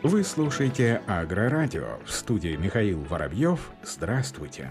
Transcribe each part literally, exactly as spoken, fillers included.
Вы слушаете Агрорадио. В студии Михаил Воробьев. Здравствуйте.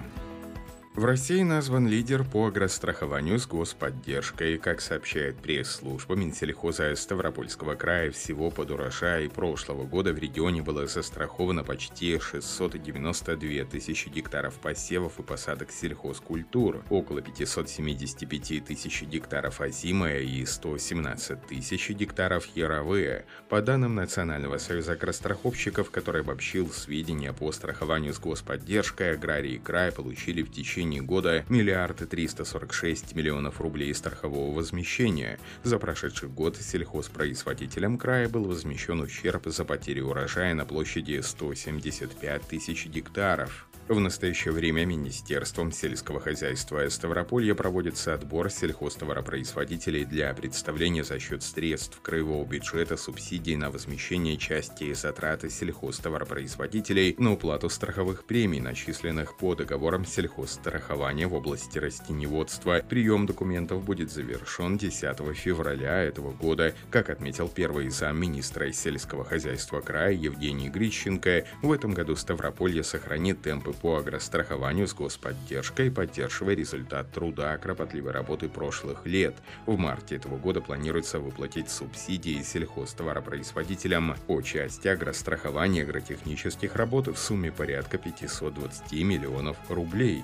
В России назван лидер по агрострахованию с господдержкой. Как сообщает пресс-служба Минсельхоза Ставропольского края, всего под урожай прошлого года в регионе было застраховано почти шестьсот девяносто две тысячи гектаров посевов и посадок сельхозкультур, около пятьсот семьдесят пять тысяч гектаров озимое и сто семнадцать тысяч гектаров яровые. По данным Национального союза агростраховщиков, который обобщил сведения по страхованию с господдержкой, аграрии края получили в течение года миллиард триста сорок шесть миллионов рублей страхового возмещения. За прошедший год сельхозпроизводителям края был возмещен ущерб за потерю урожая на площади сто семьдесят пять тысяч гектаров. В настоящее время Министерством сельского хозяйства Ставрополья проводится отбор сельхозтоваропроизводителей для представления за счет средств краевого бюджета субсидий на возмещение части затрат сельхозтоваропроизводителей на уплату страховых премий, начисленных по договорам сельхозстрахования в области растениеводства. Прием документов будет завершен десятого февраля этого года. Как отметил первый замминистра сельского хозяйства края Евгений Грищенко, в этом году Ставрополье сохранит темпы по агрострахованию с господдержкой, поддерживая результат труда кропотливой работы прошлых лет. В марте этого года планируется выплатить субсидии сельхозтоваропроизводителям по части агрострахования агротехнических работ в сумме порядка пятьсот двадцать миллионов рублей.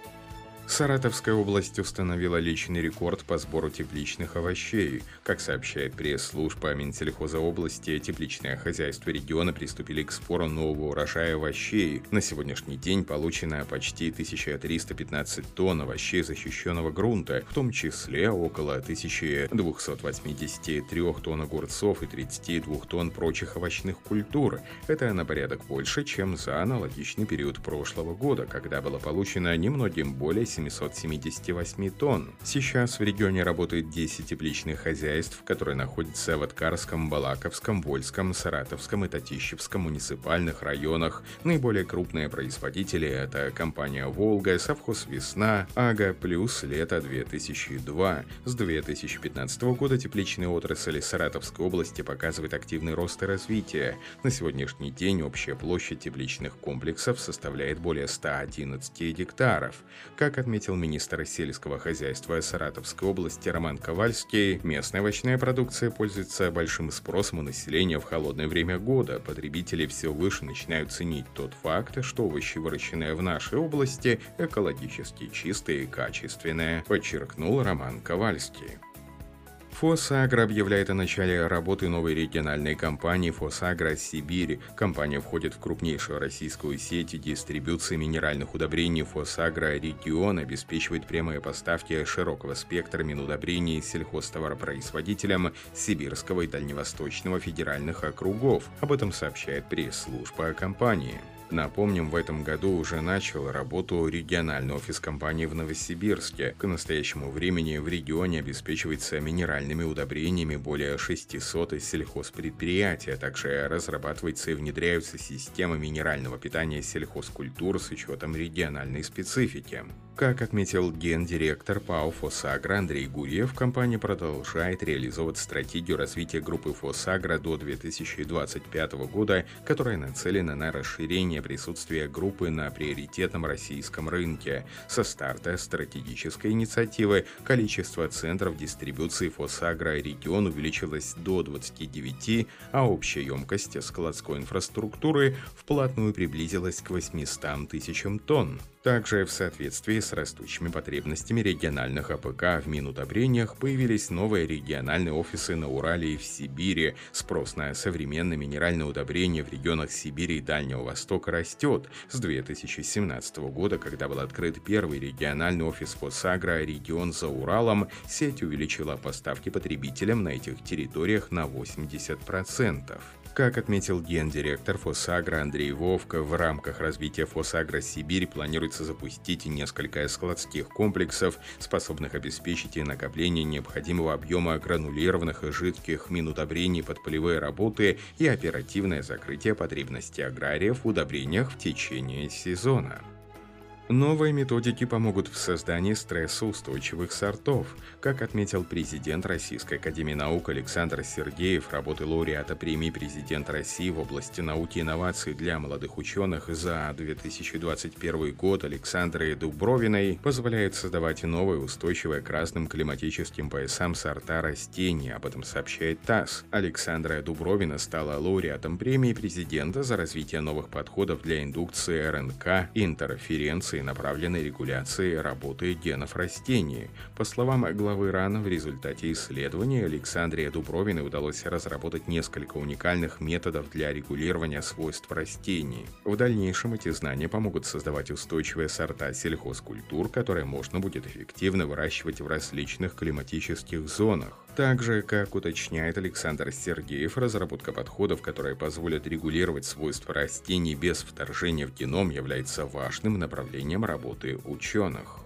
Саратовская область установила личный рекорд по сбору тепличных овощей. Как сообщает пресс-служба Минсельхоза области, тепличные хозяйства региона приступили к сбору нового урожая овощей. На сегодняшний день получено почти тысяча триста пятнадцать тонн овощей защищенного грунта, в том числе около тысяча двести восемьдесят три тонн огурцов и тридцать два тонн прочих овощных культур. Это на порядок больше, чем за аналогичный период прошлого года, когда было получено немногим более семьсот семьдесят восемь тонн. Сейчас в регионе работает десять тепличных хозяйств, которые находятся в Аткарском, Балаковском, Вольском, Саратовском и Татищевском муниципальных районах. Наиболее крупные производители – это компания «Волга», совхоз «Весна», «Ага», плюс «Лето две тысячи два». С две тысячи пятнадцатого года тепличная отрасль Саратовской области показывает активный рост и развитие. На сегодняшний день общая площадь тепличных комплексов составляет более ста одиннадцати гектаров. Как отметил министр сельского хозяйства Саратовской области Роман Ковальский, местная овощная продукция пользуется большим спросом у населения в холодное время года. Потребители все выше начинают ценить тот факт, что овощи, выращенные в нашей области, экологически чистые и качественные, подчеркнул Роман Ковальский. Фосагро объявляет о начале работы новой региональной компании «Фосагро Сибирь». Компания входит в крупнейшую российскую сеть дистрибуции минеральных удобрений. «Фосагро Регион» обеспечивает прямые поставки широкого спектра минудобрений сельхозтоваропроизводителям Сибирского и Дальневосточного федеральных округов. Об этом сообщает пресс-служба компании. Напомним, в этом году уже начал работу региональный офис компании в Новосибирске. К настоящему времени в регионе обеспечивается минеральными удобрениями более шестисот сельхозпредприятий, а также разрабатывается и внедряются системы минерального питания сельхозкультур с учетом региональной специфики. Как отметил гендиректор ПАО «Фосагро» Андрей Гурьев, компания продолжает реализовывать стратегию развития группы «Фосагро» до две тысячи двадцать пятого года, которая нацелена на расширение присутствия группы на приоритетном российском рынке. Со старта стратегической инициативы количество центров дистрибуции «Фосагро Регион» увеличилось до двадцати девяти, а общая емкость складской инфраструктуры вплотную приблизилась к восьмистам тысячам тонн. Также в соответствии с растущими потребностями региональных АПК в минудобрениях появились новые региональные офисы на Урале и в Сибири. Спрос на современные минеральные удобрения в регионах Сибири и Дальнего Востока растет. С две тысячи семнадцатого года, когда был открыт первый региональный офис «Фосагро Регион» за Уралом, сеть увеличила поставки потребителям на этих территориях на восемьдесят процентов. Как отметил гендиректор «Фосагро» Андрей Вовка, в рамках развития «Фосагро Сибирь» планируется запустить несколько складских комплексов, способных обеспечить и накопление необходимого объема гранулированных и жидких минудобрений под полевые работы и оперативное закрытие потребностей аграриев в удобрениях в течение сезона. Новые методики помогут в создании стрессоустойчивых сортов. Как отметил президент Российской академии наук Александр Сергеев, работы лауреата премии президента России в области науки и инноваций для молодых ученых за две тысячи двадцать первый год Александры Дубровиной позволяют создавать новые устойчивые к разным климатическим поясам сорта растений. Об этом сообщает ТАСС. Александра Дубровина стала лауреатом премии президента за развитие новых подходов для индукции эр эн ка и интерференции, направленной регуляции работы генов растений. По словам главы РАН, в результате исследования Александре Дубровиной удалось разработать несколько уникальных методов для регулирования свойств растений. В дальнейшем эти знания помогут создавать устойчивые сорта сельхозкультур, которые можно будет эффективно выращивать в различных климатических зонах. Также, как уточняет Александр Сергеев, разработка подходов, которые позволят регулировать свойства растений без вторжения в геном, является важным направлением работы ученых.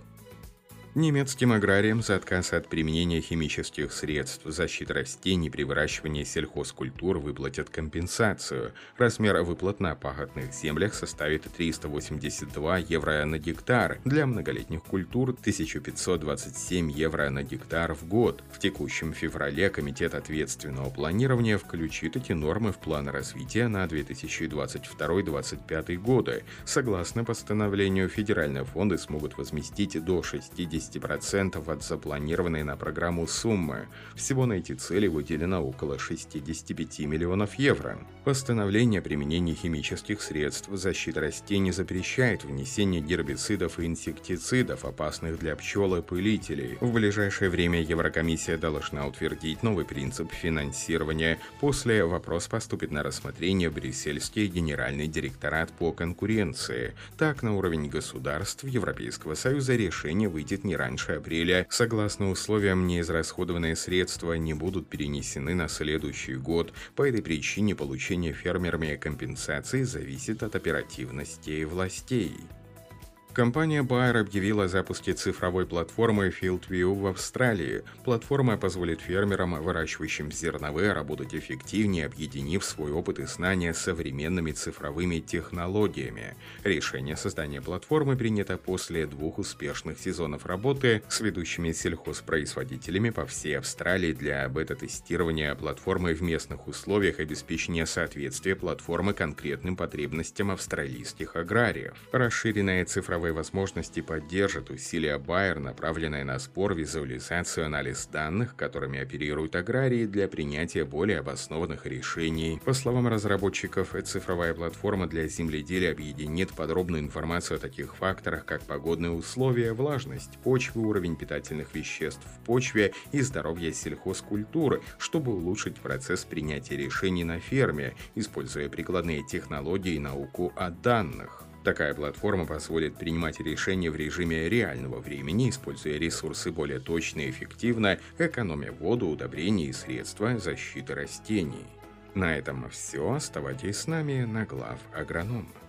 Немецким аграриям за отказ от применения химических средств защиты растений при выращивании сельхозкультур выплатят компенсацию. Размер выплат на пахотных землях составит триста восемьдесят два евро на гектар, для многолетних культур тысяча пятьсот двадцать семь евро на гектар в год. В текущем феврале Комитет ответственного планирования включит эти нормы в план развития на две тысячи двадцать второй — две тысячи двадцать пятый годы. Согласно постановлению, федеральные фонды смогут возместить до шестидесяти процентов от запланированной на программу суммы. Всего на эти цели выделено около шестидесяти пяти миллионов евро. Постановление о применении химических средств защиты растений запрещает внесение гербицидов и инсектицидов, опасных для пчел и пылителей. В ближайшее время Еврокомиссия должна утвердить новый принцип финансирования. После вопрос поступит на рассмотрение в Брюссельский генеральный директорат по конкуренции. Так, на уровень государств Европейского Союза решение выйдет не раньше апреля. Согласно условиям, неизрасходованные средства не будут перенесены на следующий год. По этой причине получение фермерами компенсации зависит от оперативности властей. Компания Bayer объявила о запуске цифровой платформы FieldView в Австралии. Платформа позволит фермерам, выращивающим зерновые, работать эффективнее, объединив свой опыт и знания с современными цифровыми технологиями. Решение создания платформы принято после двух успешных сезонов работы с ведущими сельхозпроизводителями по всей Австралии для бета-тестирования платформы в местных условиях и обеспечения соответствия платформы конкретным потребностям австралийских аграриев. Расширенная цифровая возможности поддержат усилия Bayer, направленные на сбор, визуализацию, анализ данных, которыми оперируют аграрии для принятия более обоснованных решений. По словам разработчиков, цифровая платформа для земледелия объединит подробную информацию о таких факторах, как погодные условия, влажность почвы, уровень питательных веществ в почве и здоровье сельхозкультуры, чтобы улучшить процесс принятия решений на ферме, используя прикладные технологии и науку о данных. Такая платформа позволит принимать решения в режиме реального времени, используя ресурсы более точно и эффективно, экономя воду, удобрения и средства защиты растений. На этом все. Оставайтесь с нами на глав агронома.